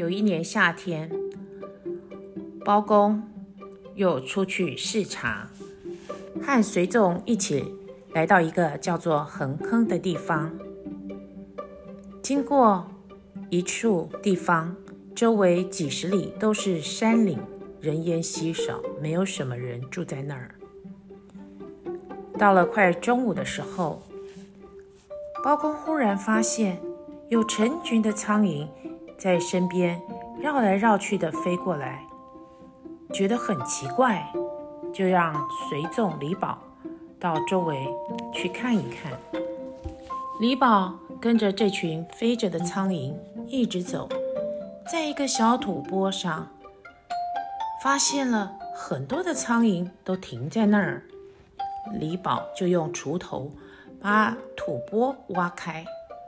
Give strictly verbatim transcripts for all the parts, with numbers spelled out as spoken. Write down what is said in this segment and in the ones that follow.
有一年夏天，包公又出去视察，和随众一起来到一个叫做横坑的地方。经过一处地方，周围几十里都是山岭，人烟稀少，没有什么人住在那儿。到了快中午的时候，包公忽然发现有成群的苍蝇在身边绕来绕去的飞过来，觉得很奇怪，就让随从李宝到周围去看一看。李宝跟着这群飞着的苍蝇一直走，在一个小土坡上发现了很多的苍蝇都停在那儿。李宝就用锄头把土坡挖开，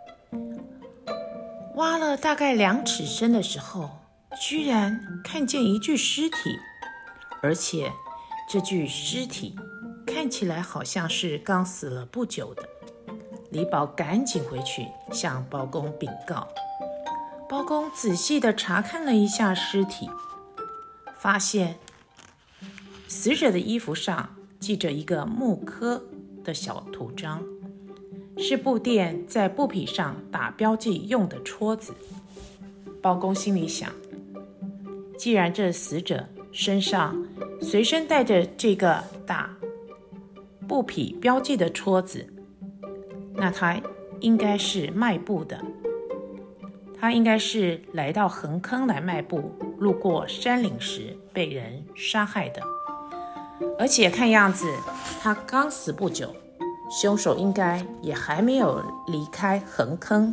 挖了大概两尺深的时候，居然看见一具尸体，而且这具尸体看起来好像是刚死了不久的。李宝赶紧回去向包公禀告。包公仔细地查看了一下尸体，发现死者的衣服上系着一个木刻的小图章，是布店在布匹上打标记用的戳子。包公心里想，既然这死者身上随身带着这个打布匹标记的戳子，那他应该是卖布的，他应该是来到横坑来卖布，路过山岭时被人杀害的。而且看样子他刚死不久，凶手应该也还没有离开横坑。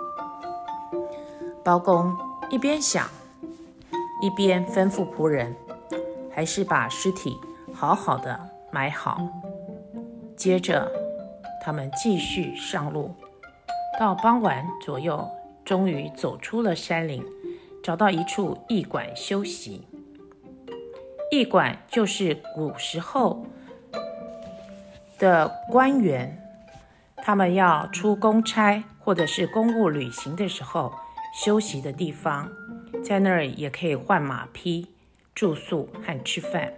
包公一边想，一边吩咐仆人，还是把尸体好好的埋好。接着他们继续上路，到傍晚左右，终于走出了山岭，找到一处驿馆休息。驿馆就是古时候的官员，他们要出公差或者是公务旅行的时候休息的地方，在那儿也可以换马匹、住宿和吃饭。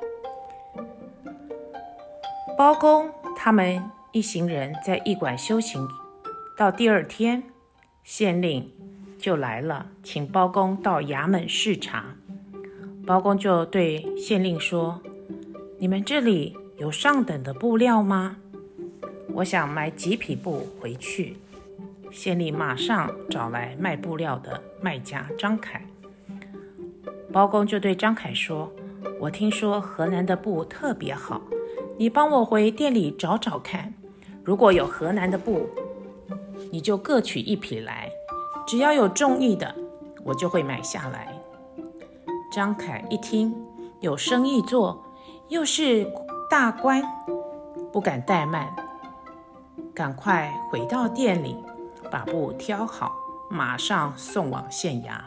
包公他们一行人在驿馆休息，到第二天，县令就来了，请包公到衙门视察。包公就对县令说，你们这里有上等的布料吗？我想买几匹布回去。县令马上找来卖布料的卖家张凯。包公就对张凯说，我听说河南的布特别好，你帮我回店里找找看，如果有河南的布，你就各取一匹来，只要有中意的，我就会买下来。张凯一听有生意做，又是大官，不敢怠慢，赶快回到店里把布挑好，马上送往县衙。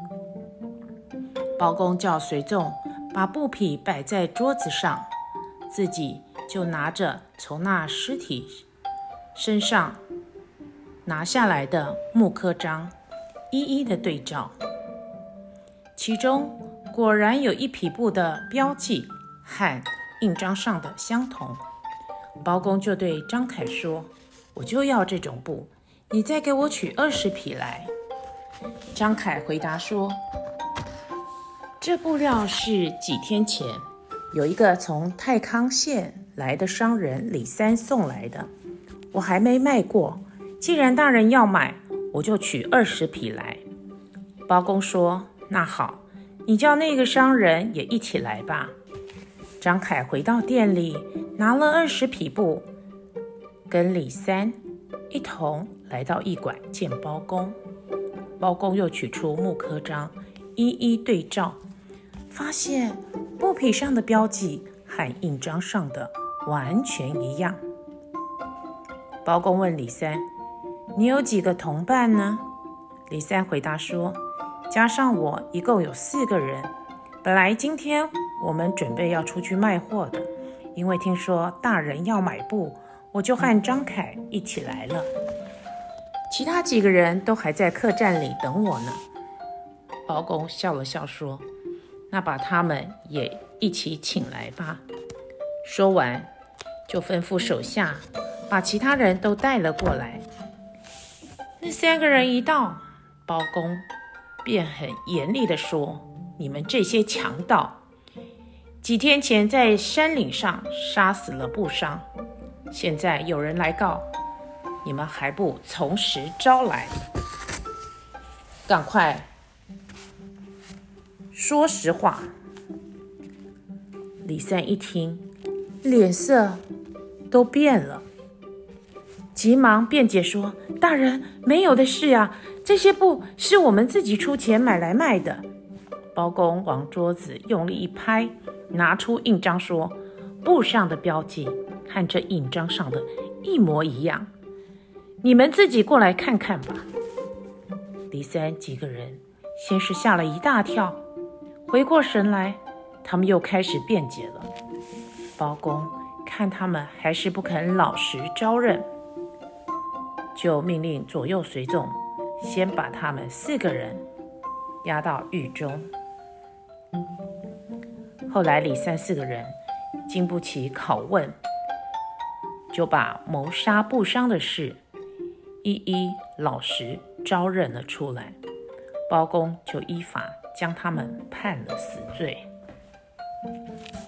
包公叫随从把布匹摆在桌子上，自己就拿着从那尸体身上拿下来的木刻章，一一的对照，其中果然有一匹布的标记和印章上的相同。包公就对张凯说，我就要这种布，你再给我取二十匹来。张凯回答说，这布料是几天前有一个从太康县来的商人李三送来的，我还没卖过，既然大人要买，我就取二十匹来。包公说，那好，你叫那个商人也一起来吧。张凯回到店里，拿了二十匹布，跟李三一同来到驿馆见包公。包公又取出木刻章，一一对照，发现布匹上的标记和印章上的完全一样。包公问李三，你有几个同伴呢？李三回答说，加上我一共有四个人，本来今天我们准备要出去卖货的，因为听说大人要买布，我就和张凯一起来了，其他几个人都还在客栈里等我呢。 包公笑了笑说：“那把他们也一起请来吧。”说完，就吩咐手下把其他人都带了过来。那三个人一到，包公便很严厉地说：“你们这些强盗，几天前在山岭上杀死了部商，现在有人来告，你们还不从实招来？赶快说实话！”李三一听，脸色都变了，急忙辩解说：“大人，没有的事啊，这些布是我们自己出钱买来卖的。”包公往桌子用力一拍，拿出印章说：“布上的标记和这印章上的一模一样，你们自己过来看看吧。”李三几个人先是吓了一大跳，回过神来，他们又开始辩解了。包公看他们还是不肯老实招认，就命令左右随从先把他们四个人押到狱中。后来李三四个人经不起拷问，就把谋杀部商的事一一老实招认了出来。包公就依法将他们判了死罪。